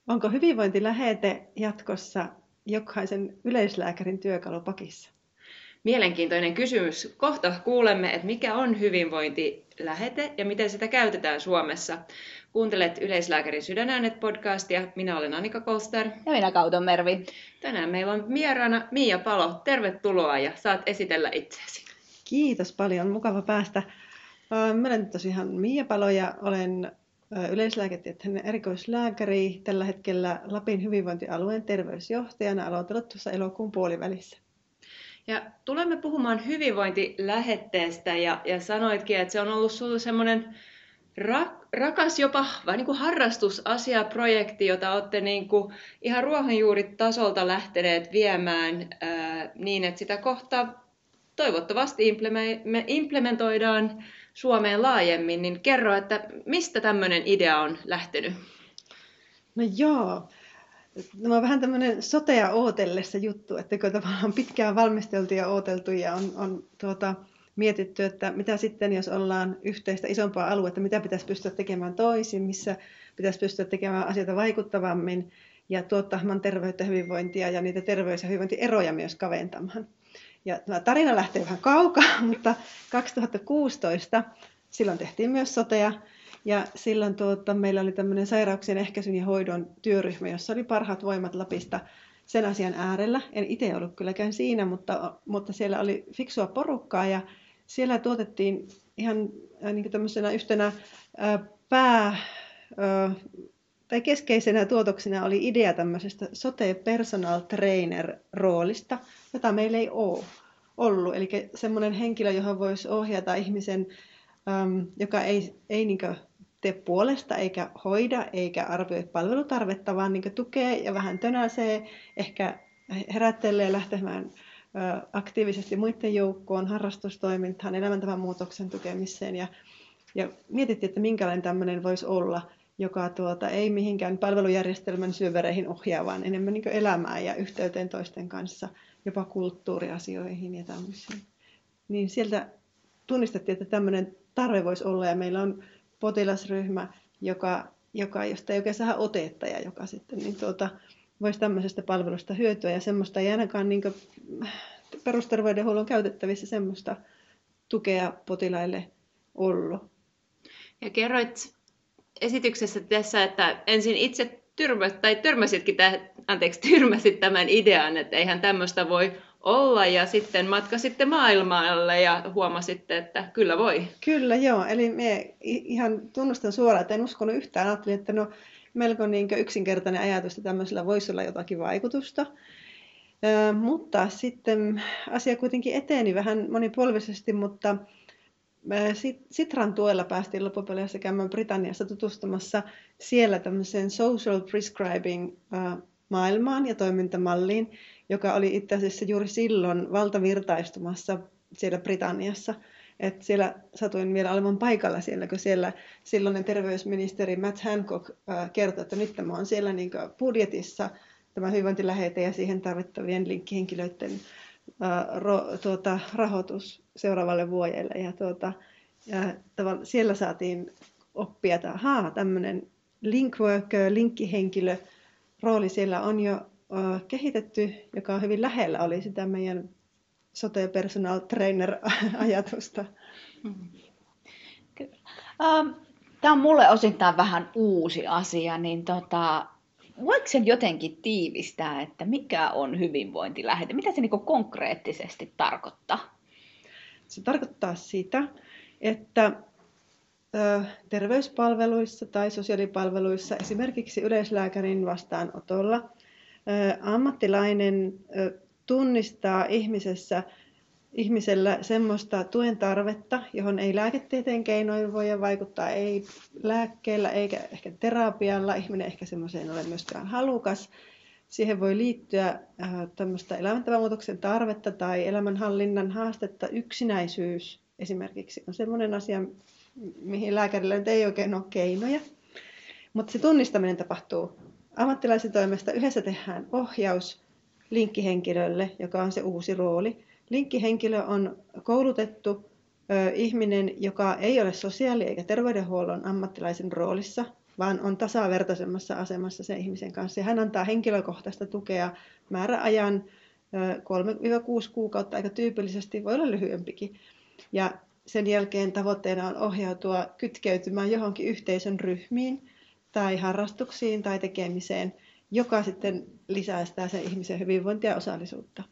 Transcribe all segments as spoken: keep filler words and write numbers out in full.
Onko hyvinvointilähete jatkossa jokaisen yleislääkärin työkalupakissa? Mielenkiintoinen kysymys. Kohta kuulemme, että mikä on hyvinvointilähete ja miten sitä käytetään Suomessa. Kuuntelet Yleislääkärin Sydänäänet-podcastia. Minä olen Annika Kolster. Ja minä Kauton Mervi. Tänään meillä on vieraana Miia Palo. Tervetuloa ja saat esitellä itseäsi. Kiitos paljon, mukava päästä. Mä olen tosiaan Miia Palo ja olen yleislääketieteen erikoislääkäri. Tällä hetkellä Lapin hyvinvointialueen terveysjohtajana, aloitellut tuossa elokuun puolivälissä. Ja tulemme puhumaan hyvinvointilähetteestä ja, ja sanoitkin, että se on ollut sinulle semmoinen ra, rakas jopa vähän niin kuin harrastusasia, projekti, jota olette niin kuin ihan ruohonjuuritasolta lähteneet viemään ää, niin, että sitä kohta toivottavasti implementoidaan Suomeen laajemmin. Niin kerro, että mistä tämmöinen idea on lähtenyt? No joo. Tämä on vähän tämmöinen sotea ootellessa juttu, että kun tavallaan pitkään valmisteltu ja ooteltu ja on, on tuota, mietitty, että mitä sitten, jos ollaan yhteistä isompaa aluetta, mitä pitäisi pystyä tekemään toisin, missä pitäisi pystyä tekemään asioita vaikuttavammin ja tuottamaan terveyttä, hyvinvointia ja niitä terveys- ja hyvinvointieroja myös kaventamaan. Ja tämä tarina lähtee vähän kaukaa, mutta kaksituhattakuusitoista silloin tehtiin myös sotea. Ja silloin tuota, meillä oli tämmöinen sairauksien ehkäisyn ja hoidon työryhmä, jossa oli parhaat voimat Lapista sen asian äärellä. En itse ollut kylläkään siinä, mutta, mutta siellä oli fiksua porukkaa ja siellä tuotettiin ihan äh, niin tämmöisenä yhtenä äh, pää, äh, tai keskeisenä tuotoksena oli idea tämmöisestä sote personal trainer roolista, jota meillä ei ole ollut. Eli semmoinen henkilö, johon voisi ohjata ihmisen, ähm, joka ei, ei niin tee puolesta eikä hoida eikä arvioi palvelutarvetta, vaan niin tukee ja vähän tönäsee, ehkä herättelee lähtemään aktiivisesti muiden joukkoon, harrastustoimintaan, elämäntavan muutoksen tukemiseen. Ja, ja mietittiin, että minkälainen tämmöinen voisi olla, joka tuota, ei mihinkään palvelujärjestelmän syövereihin ohjaa, vaan enemmän niin elämää ja yhteyteen toisten kanssa, jopa kulttuuriasioihin ja tämmöisiin. Niin sieltä tunnistettiin, että tämmöinen tarve voisi olla ja meillä on potilasryhmä, joka, joka josta ei oikein saa otetta ja joka sitten niin tuota, voisi tämmöisestä palvelusta hyötyä. Ja semmoista ei ainakaan niin perusterveydenhuollon käytettävissä semmoista tukea potilaille ollut. Ja kerroit esityksessä tässä, että ensin itse tyrmäsit, tai törmäsitkin täh, anteeksi, tyrmäsit tämän idean, että eihän tämmöistä voi olla, ja sitten matkasitte maailmalle ja huomasitte, että kyllä voi. Kyllä joo, eli me ihan tunnustan suoraan, että en uskonut yhtään. Ajattelin, että no melko niin yksinkertainen ajatus, että tämmöisellä voisi olla jotakin vaikutusta. Ö, mutta sitten asia kuitenkin eteni vähän monipuolisesti, mutta Sitran tuella päästiin loppupeleissä käymään Britanniassa tutustumassa siellä tämmöiseen social prescribing maailmaan ja toimintamalliin, joka oli itse asiassa juuri silloin valtavirtaistumassa siellä Britanniassa. Et siellä satuin vielä olemaan paikalla siellä, kun siellä silloinen terveysministeri Matt Hancock kertoi, että nyt tämä on siellä niin budjetissa tämä hyvinvointilähete ja siihen tarvittavien linkkihenkilöiden ro, tuota, rahoitus seuraavalle vuodelle. Ja, tuota, ja siellä saatiin oppia, että ahaa, tämmöinen link worker, linkkihenkilö, rooli siellä on jo uh, kehitetty, joka on hyvin lähellä oli sitä meidän sote personal trainer ajatusta. Tämä on mulle osittain vähän uusi asia, niin tota, voiko sen jotenkin tiivistää, että mikä on hyvinvointilähete? Mitä se niin konkreettisesti tarkoittaa? Se tarkoittaa sitä, että terveyspalveluissa tai sosiaalipalveluissa, esimerkiksi yleislääkärin vastaanotolla, ammattilainen tunnistaa ihmisessä, ihmisellä semmoista tuen tarvetta, johon ei lääketieteen keinoin voi vaikuttaa, ei lääkkeellä eikä ehkä terapialla. Ihminen ehkä semmoiseen ole myöskään halukas. Siihen voi liittyä tämmöistä elämäntavamuutoksen tarvetta tai elämänhallinnan haastetta. Yksinäisyys esimerkiksi on semmoinen asia, mihin lääkärillä nyt ei oikein ole keinoja. Mutta se tunnistaminen tapahtuu ammattilaisen toimesta. Yhdessä tehdään ohjaus linkkihenkilölle, joka on se uusi rooli. Linkkihenkilö on koulutettu ö, ihminen, joka ei ole sosiaali- eikä terveydenhuollon ammattilaisen roolissa, vaan on tasavertaisemmassa asemassa sen ihmisen kanssa. Ja hän antaa henkilökohtaista tukea määräajan kolme kuusi kuukautta, aika tyypillisesti, voi olla lyhyempikin. Ja sen jälkeen tavoitteena on ohjautua kytkeytymään johonkin yhteisön ryhmiin tai harrastuksiin tai tekemiseen, joka sitten lisää sitä sen ihmisen hyvinvointia ja osallisuutta.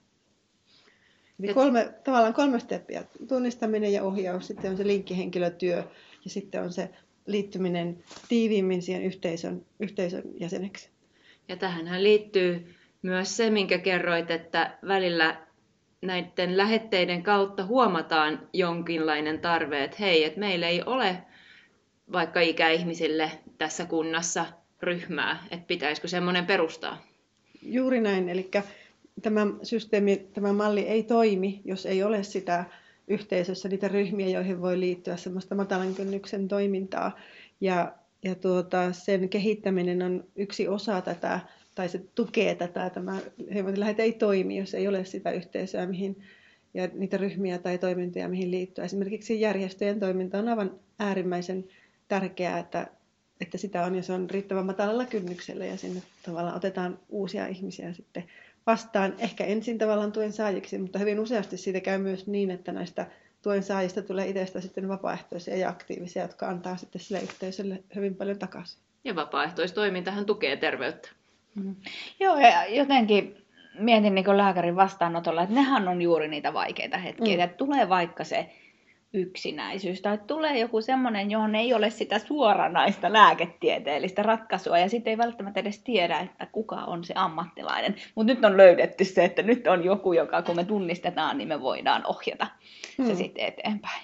Eli kolme, tavallaan kolme steppiä. Tunnistaminen ja ohjaus, sitten on se linkkihenkilötyö ja sitten on se liittyminen tiiviimmin siihen yhteisön, yhteisön jäseneksi. Ja tähänhän liittyy myös se, minkä kerroit, että välillä näiden lähetteiden kautta huomataan jonkinlainen tarve, että hei, että meillä ei ole vaikka ikäihmisille tässä kunnassa ryhmää, että pitäisikö semmoinen perustaa? Juuri näin, eli tämä systeemi, tämä malli ei toimi, jos ei ole sitä yhteisössä niitä ryhmiä, joihin voi liittyä semmoista matalan kynnyksen toimintaa. Ja, ja tuota, sen kehittäminen on yksi osa tätä, tai se tukee tätä. Tämä hyvinvointilähete ei toimi, jos ei ole sitä yhteisöä mihin, ja niitä ryhmiä tai toimintoja, mihin liittyä. Esimerkiksi järjestöjen toiminta on aivan äärimmäisen tärkeää, että, että sitä on, ja se on riittävän matalalla kynnyksellä, ja sinne tavallaan otetaan uusia ihmisiä sitten vastaan, ehkä ensin tavallaan tuen saajiksi, mutta hyvin useasti siitä käy myös niin, että näistä tuen saajista tulee itsestä sitten vapaaehtoisia ja aktiivisia, jotka antaa sitten sille yhteisölle hyvin paljon takaisin. Ja vapaaehtoistoimintahan tukee terveyttä. Mm. Joo, ja jotenkin mietin niin lääkärin vastaanotolla, että nehän on juuri niitä vaikeita hetkiä, mm. että tulee vaikka se yksinäisyys tai tulee joku semmoinen, johon ei ole sitä suoranaista lääketieteellistä ratkaisua ja sitten ei välttämättä edes tiedä, että kuka on se ammattilainen. Mutta nyt on löydetty se, että nyt on joku, joka kun me tunnistetaan, niin me voidaan ohjata hmm. se sitten eteenpäin.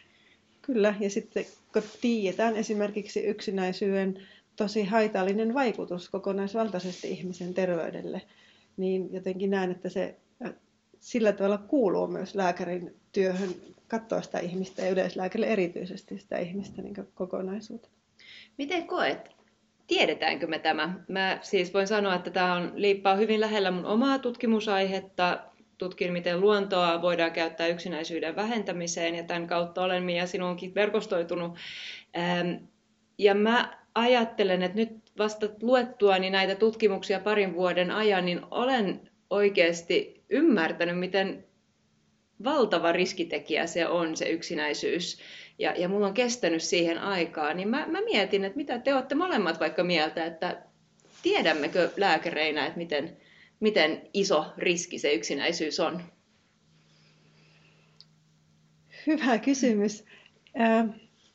Kyllä, ja sitten kun tiedetään esimerkiksi yksinäisyyden tosi haitallinen vaikutus kokonaisvaltaisesti ihmisen terveydelle, niin jotenkin näen, että se sillä tavalla kuuluu myös lääkärin työhön katsoa sitä ihmistä ja yleislääkärille erityisesti sitä ihmistä niin kokonaisuutta. Miten koet? Tiedetäänkö me tämä? Mä siis voin sanoa, että tämä on liippaa hyvin lähellä mun omaa tutkimusaihetta. Tutkin, miten luontoa voidaan käyttää yksinäisyyden vähentämiseen ja tämän kautta olen minä sinunkin verkostoitunut. Ja mä ajattelen, että nyt vasta luettuani näitä tutkimuksia parin vuoden ajan, niin olen oikeasti ymmärtänyt, miten valtava riskitekijä se on, se yksinäisyys. Ja, ja mulla on kestänyt siihen aikaa, niin mä, mä mietin, että mitä te olette molemmat vaikka mieltä, että tiedämmekö lääkäreinä, että miten, miten iso riski se yksinäisyys on? Hyvä kysymys. Äh,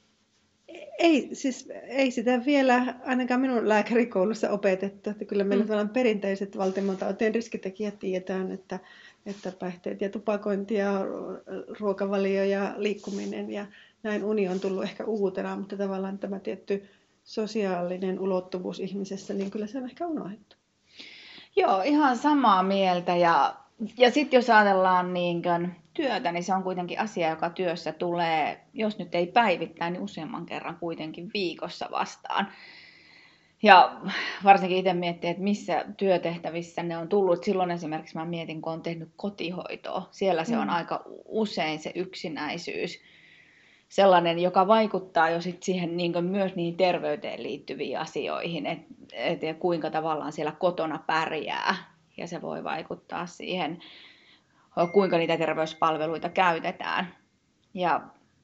ei, siis, ei sitä vielä ainakaan minun lääkärikoulussa opetettu, että kyllä meillä mm. perinteiset valtimotautien riskitekijät tiedetään, että että päihteet ja tupakointi ja ruokavalio ja liikkuminen ja näin uni on tullut ehkä uutena, mutta tavallaan tämä tietty sosiaalinen ulottuvuus ihmisessä, niin kyllä se on ehkä unohdettu. Joo, ihan samaa mieltä ja, ja sitten jos ajatellaan niin työtä, niin se on kuitenkin asia, joka työssä tulee, jos nyt ei päivittäin, niin useamman kerran kuitenkin viikossa vastaan. Ja varsinkin itse miettii, että missä työtehtävissä ne on tullut. Silloin esimerkiksi mä mietin, kun on tehnyt kotihoitoa. Siellä se on mm. aika usein se yksinäisyys. Sellainen, joka vaikuttaa jo sit siihen niin myös niihin terveyteen liittyviin asioihin. Että et, kuinka tavallaan siellä kotona pärjää. Ja se voi vaikuttaa siihen, kuinka niitä terveyspalveluita käytetään. Ja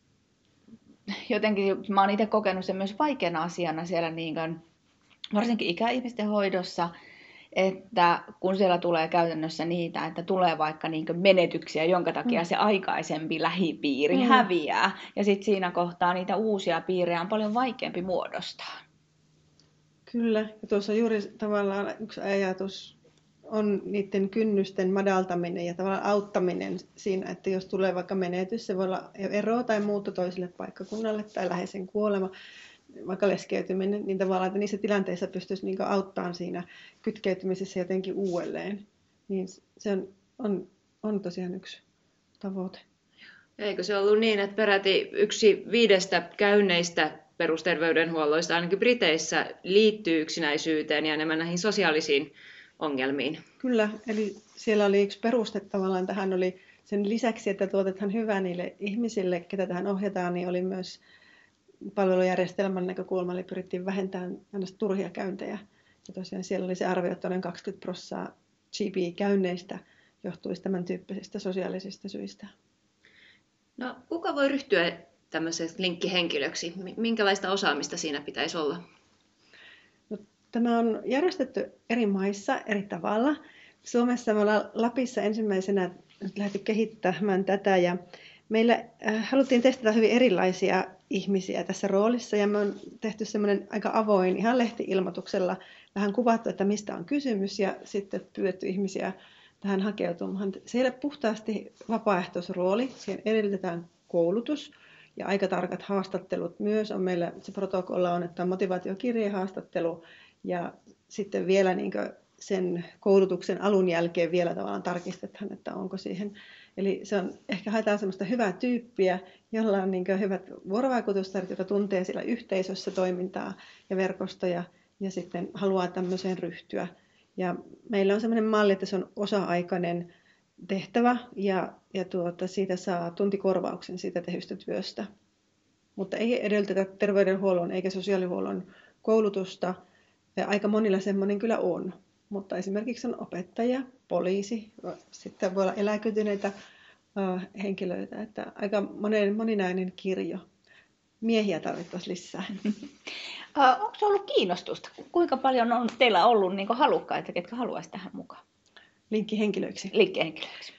jotenkin mä oon itse kokenut sen myös vaikeana asiana siellä niin kuin varsinkin ikäihmisten hoidossa, että kun siellä tulee käytännössä niitä, että tulee vaikka niin kuin menetyksiä, jonka takia mm. se aikaisempi lähipiiri mm. häviää. Ja sitten siinä kohtaa niitä uusia piirejä on paljon vaikeampi muodostaa. Kyllä, ja tuossa juuri tavallaan yksi ajatus on niiden kynnysten madaltaminen ja tavallaan auttaminen siinä, että jos tulee vaikka menetys, se voi olla ero tai muutto toiselle paikkakunnalle tai läheisen kuolema, vaikka leskeytyminen, niin tavallaan, että niissä tilanteissa pystyisi niin auttamaan siinä kytkeytymisessä jotenkin uudelleen. Niin se on, on, on tosiaan yksi tavoite. Eikö se ollut niin, että peräti yksi viidestä käynneistä perusterveydenhuolloista, ainakin Briteissä, liittyy yksinäisyyteen ja enemmän näihin sosiaalisiin ongelmiin? Kyllä, eli siellä oli yksi peruste tavallaan, tähän oli sen lisäksi, että tuotetaan hyvää niille ihmisille, ketä tähän ohjataan, niin oli myös palvelujärjestelmän näkökulmalla pyrittiin vähentämään turhia käyntejä. Ja tosiaan siellä oli se arvio, että noin kaksikymmentä prosenttia G P-käynneistä johtuisi tämän tyyppisistä sosiaalisista syistä. No, kuka voi ryhtyä tämmöiseksi linkkihenkilöksi? Minkälaista osaamista siinä pitäisi olla? No, tämä on järjestetty eri maissa eri tavalla. Suomessa me ollaan Lapissa ensimmäisenä lähdetty kehittämään tätä ja meillä äh, haluttiin testata hyvin erilaisia ihmisiä tässä roolissa ja me on tehty semmoinen aika avoin, ihan lehti-ilmoituksella vähän kuvattu, että mistä on kysymys ja sitten pyydetty ihmisiä tähän hakeutumaan. Siellä puhtaasti vapaaehtoisrooli, siihen edellytetään koulutus ja aika tarkat haastattelut myös. On meillä se protokolla on, että on motivaatiokirjehaastattelu ja sitten vielä niin sen koulutuksen alun jälkeen vielä tavallaan tarkistetaan, että onko siihen. Eli se on, ehkä haetaan semmoista hyvää tyyppiä, jolla on niin hyvät vuorovaikutustaidot, joka tuntee siellä yhteisössä toimintaa ja verkostoja ja sitten haluaa tämmöiseen ryhtyä. Ja meillä on semmoinen malli, että se on osa-aikainen tehtävä ja, ja tuota, siitä saa tuntikorvauksen siitä tehdystä työstä. Mutta ei edellytetä terveydenhuollon eikä sosiaalihuollon koulutusta. Ja aika monilla semmoinen kyllä on. Mutta esimerkiksi on opettaja, poliisi, sitten voi olla eläköityneitä henkilöitä. Että aika monen, moninainen kirjo. Miehiä tarvittaisiin lisää. Onko se ollut kiinnostusta? Kuinka paljon on teillä ollut niin halukkaita, ketkä haluaisivat tähän mukaan? Linkkihenkilöiksi? Linkkihenkilöiksi.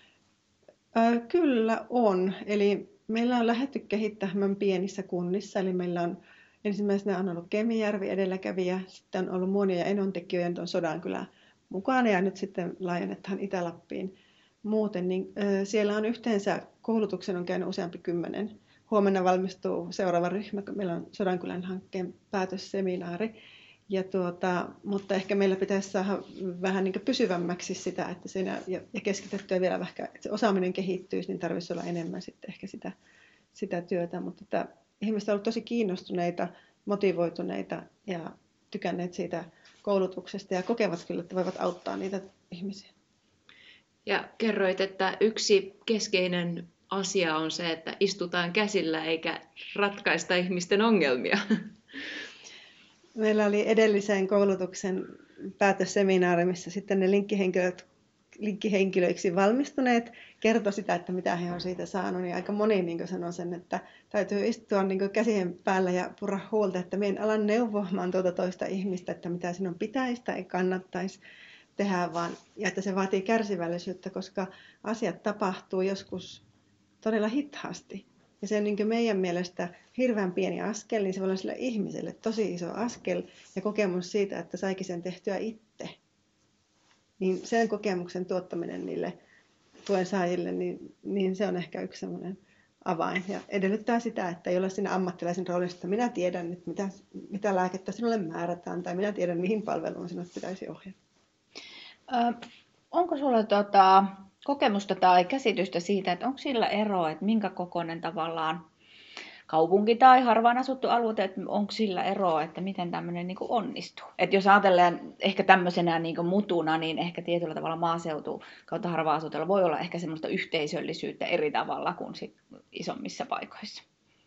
Äh, kyllä on. Eli meillä on lähdetty kehittämään pienissä kunnissa. Eli meillä on ensimmäisenä on ollut Kemijärvi edelläkävijä, sitten on ollut Muonio ja Enontekiö ja Sodankylä mukana ja nyt sitten laajennetaan Itä-Lappiin. Muuten niin, äh, siellä on yhteensä koulutuksen on käynyt useampi kymmenen. Huomenna valmistuu seuraava ryhmä, kun meillä on Sodankylän hankkeen päätösseminaari. Ja tuota, mutta ehkä meillä pitäisi saada vähän niin pysyvämmäksi sitä, että siinä, ja keskitettyä vielä vähän, että se osaaminen kehittyisi, niin tarvitsisi olla enemmän sitten ehkä sitä, sitä työtä. Mutta että ihmiset ovat olleet tosi kiinnostuneita, motivoituneita ja tykänneet siitä koulutuksesta ja kokevat kyllä, että voivat auttaa niitä ihmisiä. Ja kerroit, että yksi keskeinen asia on se, että istutaan käsillä eikä ratkaista ihmisten ongelmia. Meillä oli edellisen koulutuksen päätösseminaari, missä sitten ne linkkihenkilöt, linkkihenkilöiksi valmistuneet kertoi sitä, että mitä he on siitä saanut. Niin aika moni niin sanoi sen, että täytyy istua niin käsien päällä ja purra huolta, että minä en ala neuvomaan tuota toista ihmistä, että mitä sinun pitäisi tai kannattaisi tehdä, vaan, ja että se vaatii kärsivällisyyttä, koska asiat tapahtuu joskus todella hitaasti. Ja se on niin meidän mielestä hirveän pieni askel, niin se voi olla sille ihmiselle tosi iso askel ja kokemus siitä, että saikin sen tehtyä itse. Niin sen kokemuksen tuottaminen niille tuen saajille, niin, niin se on ehkä yksi sellainen avain. Ja edellyttää sitä, että ei ole siinä ammattilaisen roolissa, että minä tiedän nyt, mitä, mitä lääkettä sinulle määrätään, tai minä tiedän, mihin palveluun sinut pitäisi ohjata. Ö, onko sinulla tota, kokemusta tai käsitystä siitä, että onko sillä eroa, että minkä kokoinen tavallaan kaupunki tai harvaan asuttu alue, että onko sillä eroa, että miten tämmöinen niin kuin onnistuu? Että jos ajatellaan ehkä tämmöisenä niin kuin mutuna, niin ehkä tietyllä tavalla maaseutu kautta harvaan asutella voi olla ehkä semmoista yhteisöllisyyttä eri tavalla kuin sit isommissa paikoissa.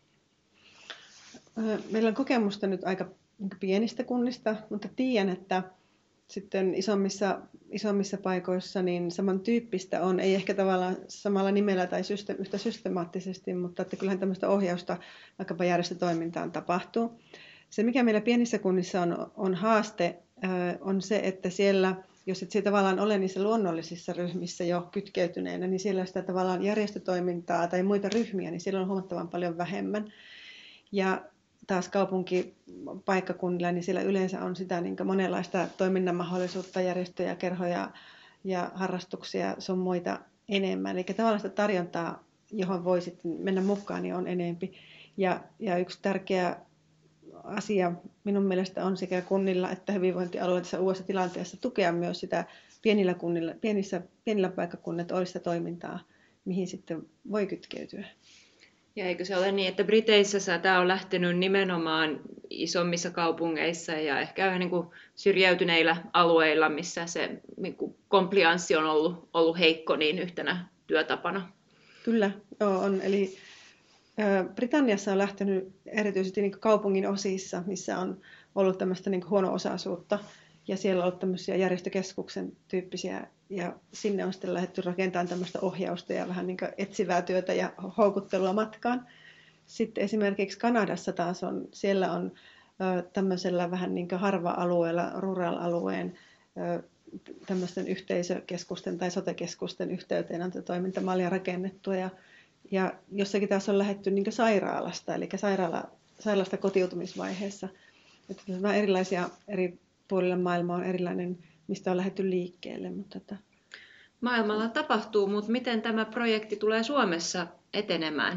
Meillä on kokemusta nyt aika pienistä kunnista, mutta tiedän, että sitten isommissa, isommissa paikoissa niin samantyyppistä on, ei ehkä tavallaan samalla nimellä tai syste, yhtä systemaattisesti, mutta että kyllähän tämmöistä ohjausta vaikkapa järjestötoimintaan tapahtuu. Se, mikä meillä pienissä kunnissa on, on haaste, on se, että siellä, jos et siitä tavallaan ole niissä luonnollisissa ryhmissä jo kytkeytyneenä, niin siellä sitä tavallaan järjestötoimintaa tai muita ryhmiä, niin siellä on huomattavan paljon vähemmän. Ja taas kaupunkipaikkakunnilla, niin siellä yleensä on sitä niin monenlaista toiminnan mahdollisuutta, järjestöjä, kerhoja ja harrastuksia, sun muita enemmän. Eli tavallaan sitä tarjontaa, johon voi sitten mennä mukaan, niin on enempi. Ja, ja yksi tärkeä asia minun mielestä on sekä kunnilla että hyvinvointialueilla tässä uudessa tilanteessa tukea myös sitä pienillä, kunnilla, pienissä, pienillä paikkakunnilla olisi sitä toimintaa, mihin sitten voi kytkeytyä. Ja eikö se ole niin, että Briteissä tämä on lähtenyt nimenomaan isommissa kaupungeissa ja ehkä vähän niin kuin syrjäytyneillä alueilla, missä se niin kuin komplianssi on ollut, ollut heikko, niin yhtenä työtapana? Kyllä, joo, on. Eli Britanniassa on lähtenyt erityisesti niin kaupungin osissa, missä on ollut tämmöistä niin huono-osaisuutta, ja siellä on ollut tämmöisiä järjestökeskuksen tyyppisiä, ja sinne on sitten lähdetty rakentamaan tämmöistä ohjausta ja vähän niin etsivää työtä ja houkuttelua matkaan. Sitten esimerkiksi Kanadassa taas on, siellä on tämmöisellä vähän niin harva-alueella, rural-alueen tämmöisten yhteisökeskusten tai sote-keskusten yhteyteen on toimintamallia rakennettu, ja, ja jossakin taas on lähdetty niin sairaalasta, eli sairaala, sairaalasta kotiutumisvaiheessa. Että erilaisia eri puolilla maailmaa on erilainen, mistä on lähdetty liikkeelle. Mutta että... Maailmalla tapahtuu, mutta miten tämä projekti tulee Suomessa etenemään?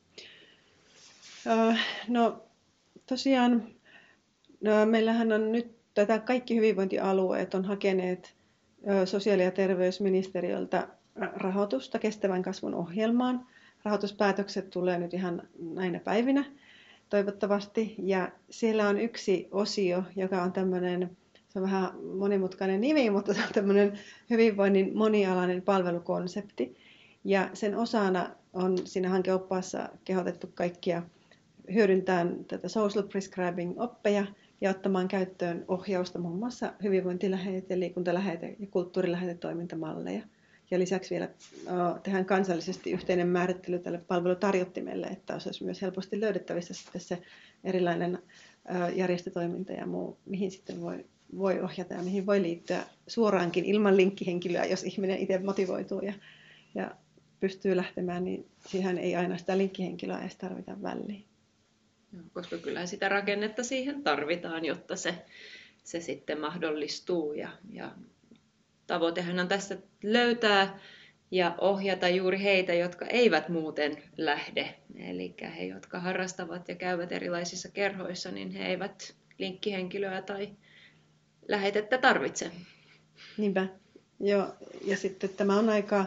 No tosiaan, no, meillähän on nyt tätä kaikki hyvinvointialueet on hakeneet sosiaali- ja terveysministeriöltä rahoitusta kestävän kasvun ohjelmaan. Rahoituspäätökset tulee nyt ihan näinä päivinä toivottavasti. Ja siellä on yksi osio, joka on tämmöinen, se on vähän monimutkainen nimi, mutta se on tämmöinen hyvinvoinnin monialainen palvelukonsepti. Ja sen osana on siinä hankeoppaassa kehotettu kaikkia hyödyntämään tätä social prescribing-oppeja ja ottamaan käyttöön ohjausta muun muassa hyvinvointilähete, liikuntalähete ja kulttuurilähetetoimintamalleja. Ja lisäksi vielä uh, tehdään kansallisesti yhteinen määrittely tälle palvelutarjottimelle, että olisi myös helposti löydettävissä sitten se erilainen uh, järjestötoiminta ja muu, mihin sitten voi, voi ohjata ja mihin voi liittyä suoraankin ilman linkkihenkilöä, jos ihminen itse motivoituu ja, ja pystyy lähtemään, niin siihen ei aina sitä linkkihenkilöä edes tarvita väliin. Koska kyllä sitä rakennetta siihen tarvitaan, jotta se, se sitten mahdollistuu. Ja, ja tavoitehan on tässä löytää ja ohjata juuri heitä, jotka eivät muuten lähde. Eli he, jotka harrastavat ja käyvät erilaisissa kerhoissa, niin he eivät linkkihenkilöä tai lähetettä tarvitse. Niinpä. Joo. Ja sitten tämä on aika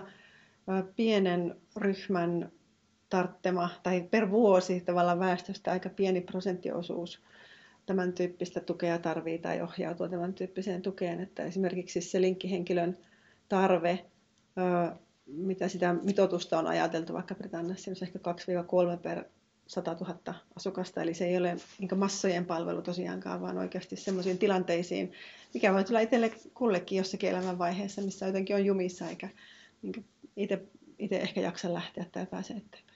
pienen ryhmän tarttema, tai per vuosi tavallaan väestöstä aika pieni prosenttiosuus tämän tyyppistä tukea tarvii tai ohjautuu tämän tyyppiseen tukeen, että esimerkiksi se linkkihenkilön tarve, mitä sitä mitoitusta on ajateltu vaikka Britanniassa, on ehkä kaksi kolme per sata tuhatta asukasta, eli se ei ole niin massojen palvelu tosiaankaan, vaan oikeasti sellaisiin tilanteisiin, mikä voi tulla itselle kullekin jossakin elämänvaiheessa, missä jotenkin on jumissa, eikä niin itse, itse ehkä jaksa lähteä tai pääse eteenpäin.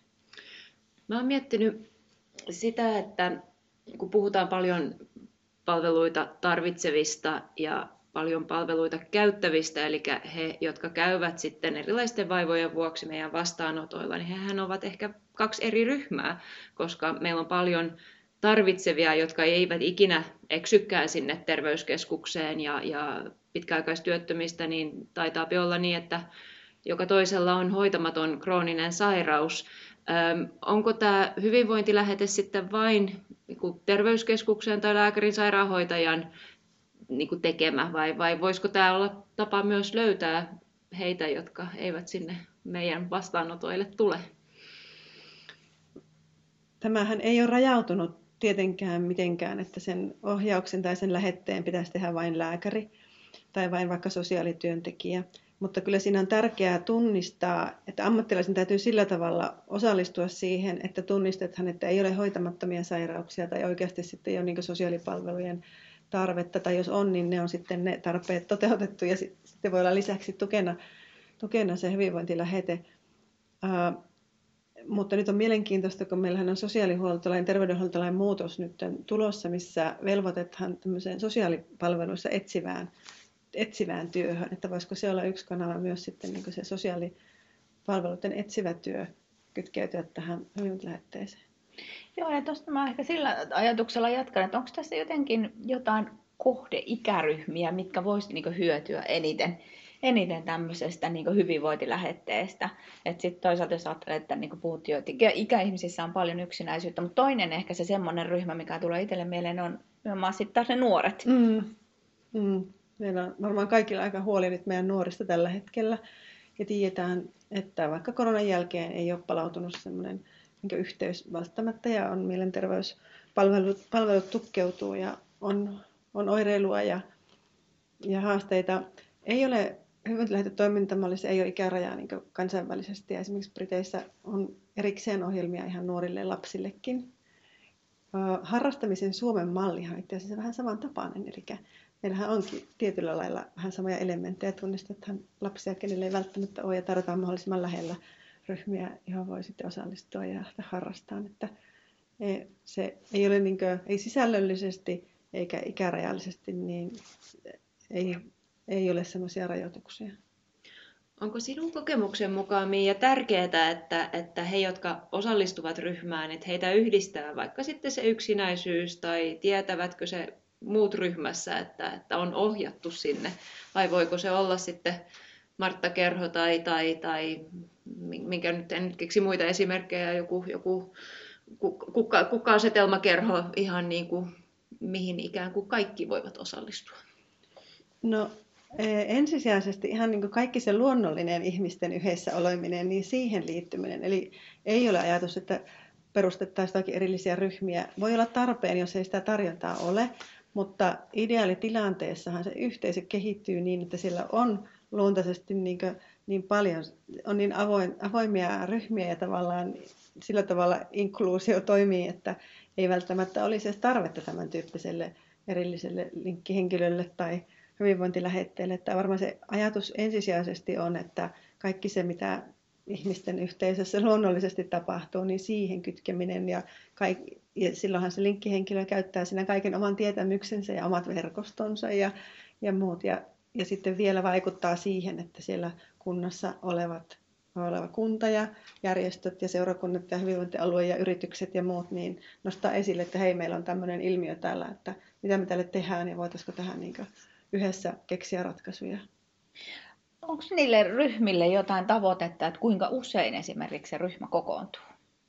Mä oon miettinyt sitä, että kun puhutaan paljon palveluita tarvitsevista ja paljon palveluita käyttävistä, eli he, jotka käyvät sitten erilaisten vaivojen vuoksi meidän vastaanotoilla, niin hehän ovat ehkä kaksi eri ryhmää, koska meillä on paljon tarvitsevia, jotka eivät ikinä eksykään sinne terveyskeskukseen, ja, ja pitkäaikaistyöttömistä niin taitaa olla niin, että joka toisella on hoitamaton krooninen sairaus. Öm, onko tämä hyvinvointilähete sitten vain niin kuin terveyskeskuksen tai lääkärin sairaanhoitajan niin kuin tekemä, vai, vai voisiko tämä olla tapa myös löytää heitä, jotka eivät sinne meidän vastaanotoille tule? Tämähän ei ole rajautunut tietenkään mitenkään, että sen ohjauksen tai sen lähetteen pitäisi tehdä vain lääkäri tai vain vaikka sosiaalityöntekijä. Mutta kyllä siinä on tärkeää tunnistaa, että ammattilaisen täytyy sillä tavalla osallistua siihen, että tunnistetaan, että ei ole hoitamattomia sairauksia tai oikeasti sitten ei ole niin sosiaalipalvelujen tarvetta. Tai jos on, niin ne on sitten ne tarpeet toteutettu ja sitten voi olla lisäksi tukena, tukena se hyvinvointilähete. Uh, mutta nyt on mielenkiintoista, kun meillähän on sosiaalihuoltolain, terveydenhuoltolain muutos nyt tulossa, missä velvoitetaan tämmöiseen sosiaalipalveluissa etsivään etsivään työhön, että voisiko se olla yksi kanava myös sitten niin se sosiaalipalveluiden etsivä työ kytkeytyä tähän hyvinvointilähetteeseen. Joo, ja tuosta mä ehkä sillä ajatuksella jatkan, että onko tässä jotenkin jotain kohdeikäryhmiä, mitkä voisivat niin hyötyä eniten, eniten tämmöisestä niin hyvinvointilähetteestä. Että sitten toisaalta jos ajattelee, että niin kuin puhuttiin, että ikäihmisissä on paljon yksinäisyyttä, mutta toinen ehkä se semmoinen ryhmä, mikä tulee itselle mieleen, on nimenomaan sitten taas ne nuoret. Mm. Mm. Meillä on varmaan kaikilla aika huoli nyt meidän nuorista tällä hetkellä. Ja tiedetään, että vaikka koronan jälkeen ei ole palautunut semmoinen niin yhteys välttämättä ja on mielenterveyspalvelut palvelut tukkeutuu ja on, on oireilua ja, ja haasteita. Ei ole hyvinvointilähetetoimintamallissa ei ole ikärajaa niin kansainvälisesti. Ja esimerkiksi Briteissä on erikseen ohjelmia ihan nuorille lapsillekin. Harrastamisen Suomen mallihan on itse asiassa vähän samantapainen, eli meillähän onkin tietyllä lailla vähän samoja elementtejä, tunnistetaan lapsia, kenelle ei välttämättä ole, ja tarvitaan mahdollisimman lähellä ryhmiä, johon voi sitten osallistua ja harrastaa. Että se ei ole niin kuin, ei sisällöllisesti eikä ikärajallisesti, niin ei, ei ole sellaisia rajoituksia. Onko sinun kokemuksen mukaan, Miia, tärkeää, että, että he, jotka osallistuvat ryhmään, että heitä yhdistää vaikka sitten se yksinäisyys, tai tietävätkö se muut ryhmässä, että, että on ohjattu sinne, vai voiko se olla sitten Martta Kerho tai, tai, tai minkä nyt en nyt keksi muita esimerkkejä, joku, joku kukka, kukka-asetelmakerho, ihan niin kuin mihin ikään kuin kaikki voivat osallistua? No ensisijaisesti ihan niin kuin kaikki se luonnollinen ihmisten yhdessä oleminen, niin siihen liittyminen. Eli ei ole ajatus, että perustettaisiin toki erillisiä ryhmiä. Voi olla tarpeen, jos ei sitä tarjontaa ole, mutta ideaalitilanteessahan se yhteisö kehittyy niin, että siellä on luontaisesti niin, kuin, niin paljon, on niin avoin, avoimia ryhmiä ja tavallaan sillä tavalla inkluusio toimii, että ei välttämättä olisi edes tarvetta tämän tyyppiselle erilliselle linkkihenkilölle tai hyvinvointilähetteelle. Että varmaan se ajatus ensisijaisesti on, että kaikki se, mitä ihmisten yhteisössä luonnollisesti tapahtuu, niin siihen kytkeminen ja, kaik- ja silloinhan se linkkihenkilö käyttää siinä kaiken oman tietämyksensä ja omat verkostonsa ja, ja muut. Ja, ja sitten vielä vaikuttaa siihen, että siellä kunnassa olevat, oleva kunta ja järjestöt ja seurakunnat ja hyvinvointialue ja yritykset ja muut niin nostaa esille, että hei, meillä on tämmöinen ilmiö täällä, että mitä me tälle tehdään ja voitaisiko tähän niin kuin yhdessä keksiä ratkaisuja. Onko niille ryhmille jotain tavoitetta, että kuinka usein esimerkiksi se ryhmä kokoontuu?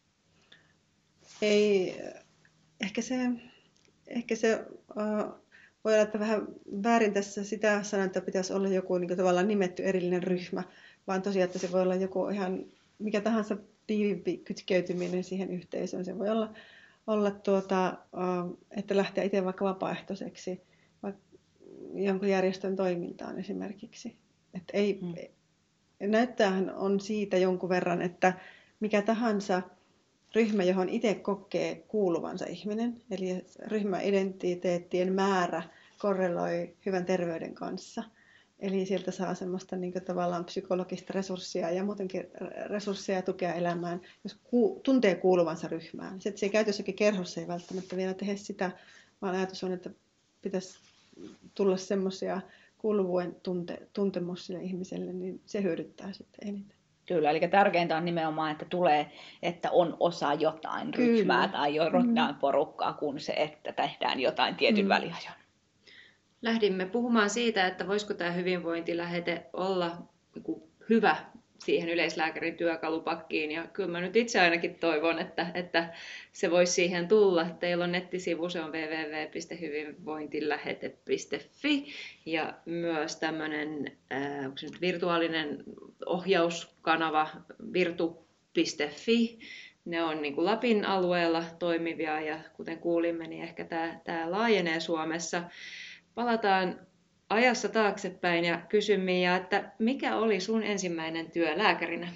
Ei, ehkä se, ehkä se uh, voi olla, että vähän väärin tässä sitä sanoa, että pitäisi olla joku niin kuin tavallaan nimetty erillinen ryhmä, vaan tosiaan, että se voi olla joku ihan mikä tahansa tiiviimpi kytkeytyminen siihen yhteisöön. Se voi olla, olla tuota, uh, että lähtee itse vaikka vapaaehtoiseksi vaikka jonkun järjestön toimintaan esimerkiksi. Että ei, hmm. Näyttäähän on siitä jonkun verran, että mikä tahansa ryhmä, johon itse kokee kuuluvansa ihminen, eli ryhmäidentiteettien määrä korreloi hyvän terveyden kanssa. Eli sieltä saa semmoista niin kuin tavallaan psykologista resurssia ja muutenkin resursseja ja tukea elämään, jos ku, tuntee kuuluvansa ryhmään. Se, että se käytössäkin kerhossa ei välttämättä vielä tehdä sitä, vaan ajatus on, että pitäisi tulla semmoisia kuuluvuuden tunte, tuntemus sille ihmiselle, niin se hyödyttää sitten eniten. Kyllä, eli tärkeintä on nimenomaan, että tulee, että on osa jotain ryhmää tai jotain mm. porukkaa, kuin se, että tehdään jotain tietyn mm. väliajon. Lähdimme puhumaan siitä, että voisiko tämä hyvinvointilähete olla hyvä siihen yleislääkärin työkalupakkiin. Ja kyllä mä nyt itse ainakin toivon, että, että se voisi siihen tulla. Teillä on nettisivu, se on double-u double-u double-u piste hyvinvointilähete piste fi ja myös tämmöinen äh, onko se nyt virtuaalinen ohjauskanava virtu piste fi. Ne on niin kuin Lapin alueella toimivia ja kuten kuulimme, niin ehkä tämä, tämä laajenee Suomessa. Palataan ajassa taaksepäin ja kysyn Miia, että mikä oli sun ensimmäinen työ lääkärinä?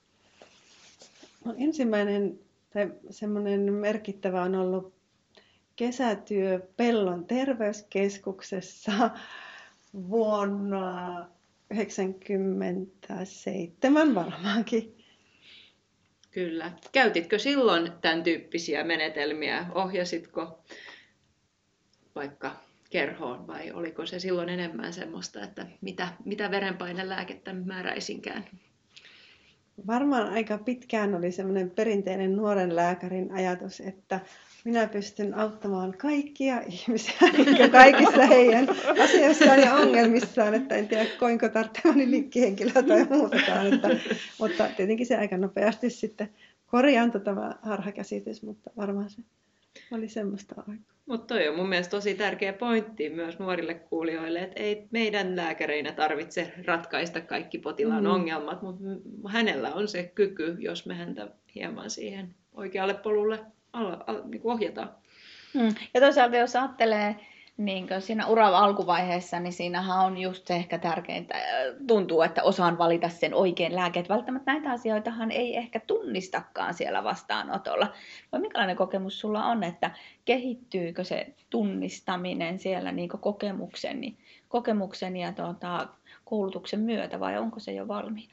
No, ensimmäinen tai semmoinen merkittävä on ollut kesätyö Pellon terveyskeskuksessa vuonna yhdeksänkymmentäseitsemän varmaankin. Kyllä. Käytitkö silloin tämän tyyppisiä menetelmiä? Ohjasitko vaikka kerhoon vai oliko se silloin enemmän semmoista, että mitä, mitä verenpainelääkettä määräisinkään? Varmaan aika pitkään oli semmoinen perinteinen nuoren lääkärin ajatus, että minä pystyn auttamaan kaikkia ihmisiä kaikissa heidän asioissaan ja ongelmissaan, että en tiedä koinko tarvitsevani linkkihenkilöä tai muutakaan. Että, mutta tietenkin se aika nopeasti sitten korjaantui tämä harhakäsitys, mutta varmaan se oli semmoista aikaa. Mutta toi on mun mielestä tosi tärkeä pointti myös nuorille kuulijoille, että ei meidän lääkäreinä tarvitse ratkaista kaikki potilaan mm. ongelmat, mutta hänellä on se kyky, jos me häntä hieman siihen oikealle polulle niin ohjataan. Mm. Ja toisaalta jos ajattelee niin siinä uran alkuvaiheessa, niin siinähän on just se ehkä tärkeintä. Tuntuu, että osaan valita sen oikein lääkeet. Välttämättä näitä asioitahan ei ehkä tunnistakaan siellä vastaanotolla. Vai minkälainen kokemus sulla on, että kehittyykö se tunnistaminen siellä niin kokemuksen, niin kokemuksen ja tuota, koulutuksen myötä vai onko se jo valmiina?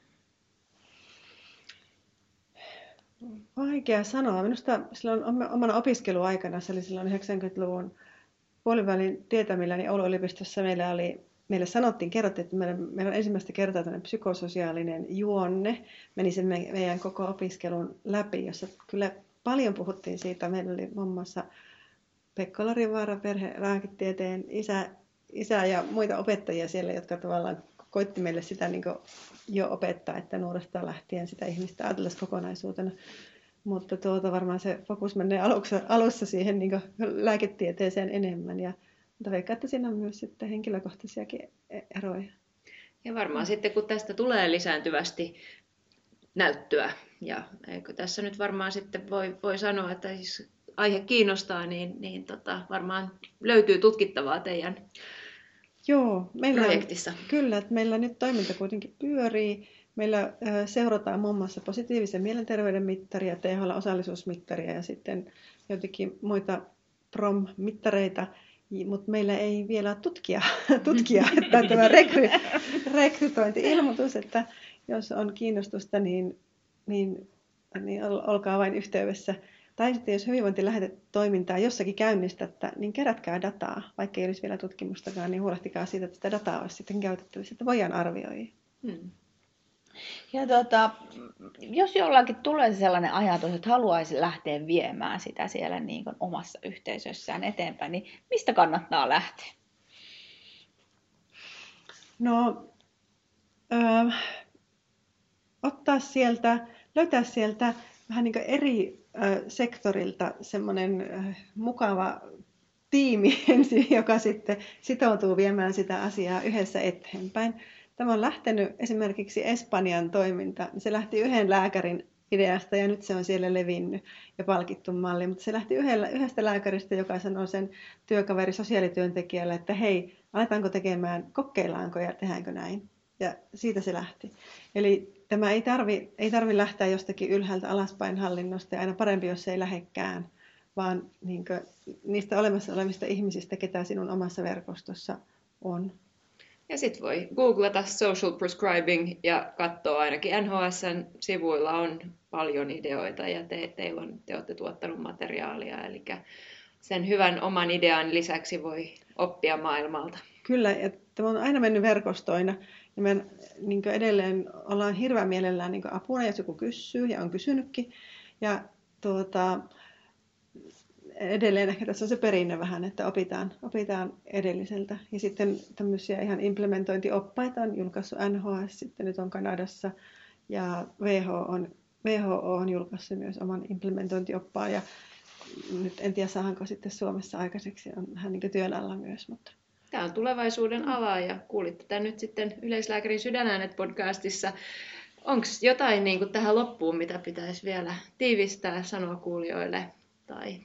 Vaikea sanoa. Minusta silloin omana opiskeluaikana, se oli silloin yhdeksänkymmentäluvun puolivälin tietämillä, niin Oulun yliopistossa meillä oli, meille sanottiin, kerrottiin, että meillä, meillä on ensimmäistä kertaa tämmöinen psykososiaalinen juonne, meni sen meidän koko opiskelun läpi, jossa kyllä paljon puhuttiin siitä. Meillä oli muun muassa Pekka Larivaara, perhelääketieteen isä, isä ja muita opettajia siellä, jotka tavallaan koitti meille sitä niin kuin jo opettaa, että nuoresta lähtien sitä ihmistä ajatellaan kokonaisuutena. Mutta tuota, varmaan se fokus menee alussa, alussa siihen niin kuin lääketieteeseen enemmän. Ja, mutta veikkaan, että siinä on myös sitten henkilökohtaisiakin eroja. Ja varmaan mm. sitten, kun tästä tulee lisääntyvästi näyttöä, ja eikö tässä nyt varmaan sitten voi, voi sanoa, että siis aihe kiinnostaa, niin, niin tota, varmaan löytyy tutkittavaa teidän Joo, meillä projektissa. On, kyllä, että meillä nyt toiminta kuitenkin pyörii. Meillä seurataan muun muassa positiivisen mielenterveyden mittaria, T H L-osallisuusmittaria ja sitten jotenkin muita P R O M-mittareita, mutta meillä ei vielä ole tutkija, tutkija että tämä rekry, rekrytointi-ilmoitus, että jos on kiinnostusta, niin, niin, niin olkaa vain yhteydessä. Tai sitten jos hyvinvointilähetetoimintaa jossakin käynnistätte, niin kerätkää dataa, vaikka ei olisi vielä tutkimustakaan, niin huolehtikaa siitä, että sitä dataa olisi sitten käytettävissä, että voidaan arvioida. Hmm. Ja tota, jos jollakin tulee sellainen ajatus, että haluaisi lähteä viemään sitä siellä niin kuin omassa yhteisössään eteenpäin, niin mistä kannattaa lähteä? No, ö, ottaa sieltä, löytää sieltä vähän niin kuin eri ö, sektorilta semmoinen ö, mukava tiimi ensin, joka sitten sitoutuu viemään sitä asiaa yhdessä eteenpäin. Tämä on lähtenyt esimerkiksi Espanjan toiminta. Se lähti yhden lääkärin ideasta ja nyt se on siellä levinnyt ja palkittu malli. Mutta se lähti yhdellä, yhdestä lääkäristä, joka sanoi sen työkaveri sosiaalityöntekijälle, että hei, aletaanko tekemään, kokeillaanko ja tehdäänkö näin. Ja siitä se lähti. Eli tämä ei tarvi, ei tarvi lähteä jostakin ylhäältä alaspäin hallinnosta ja aina parempi, jos se ei lähekkään, vaan niin kuin niistä olemassa olevista ihmisistä, ketä sinun omassa verkostossa on. Ja sitten voi googlata social prescribing ja katsoa ainakin N H S:n sivuilla on paljon ideoita ja te, teillä on, te olette tuottanut materiaalia. Eli sen hyvän oman idean lisäksi voi oppia maailmalta. Kyllä, ja tämä on aina mennyt verkostoina. Ja me niin edelleen ollaan hirveän mielellään niin apuna, jos joku kysyy ja on kysynytkin. Ja tuota, edelleen ehkä tässä on se perinne vähän, että opitaan, opitaan edelliseltä. Ja sitten tämmöisiä ihan implementointioppaita on julkaissut N H S, sitten nyt on Kanadassa. Ja W H O on, W H O on julkaissut myös oman implementointioppaan. Ja nyt en tiedä, saadaanko sitten Suomessa aikaiseksi, on vähän niin kuin työn alla myös. Mutta tämä on tulevaisuuden ala ja kuulitte tämän nyt sitten Yleislääkärin Sydänäänet podcastissa. Onko jotain niin kuin tähän loppuun, mitä pitäisi vielä tiivistää, sanoa kuulijoille? Tai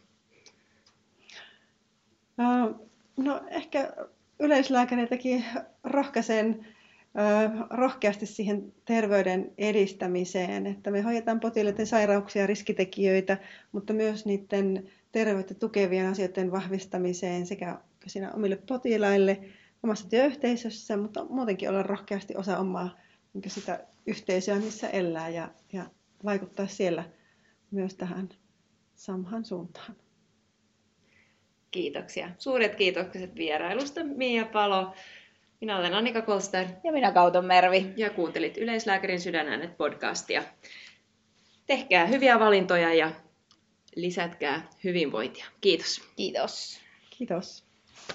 No ehkä yleislääkäri teki rohkaisen rohkeasti siihen terveyden edistämiseen, että me hoidetaan potilaiden sairauksia ja riskitekijöitä, mutta myös niiden terveyttä tukevien asioiden vahvistamiseen sekä siinä omille potilaille omassa työyhteisössä, mutta muutenkin olla rohkeasti osa omaa niin sitä yhteisöä, missä elää ja, ja vaikuttaa siellä myös tähän samaan suuntaan. Kiitoksia. Suuret kiitokset vierailusta, Mia Palo. Minä olen Annika Kolster. Ja minä Kauton Mervi. Ja kuuntelit Yleislääkärin Sydänäänet podcastia. Tehkää hyviä valintoja ja lisätkää hyvinvointia. Kiitos. Kiitos. Kiitos.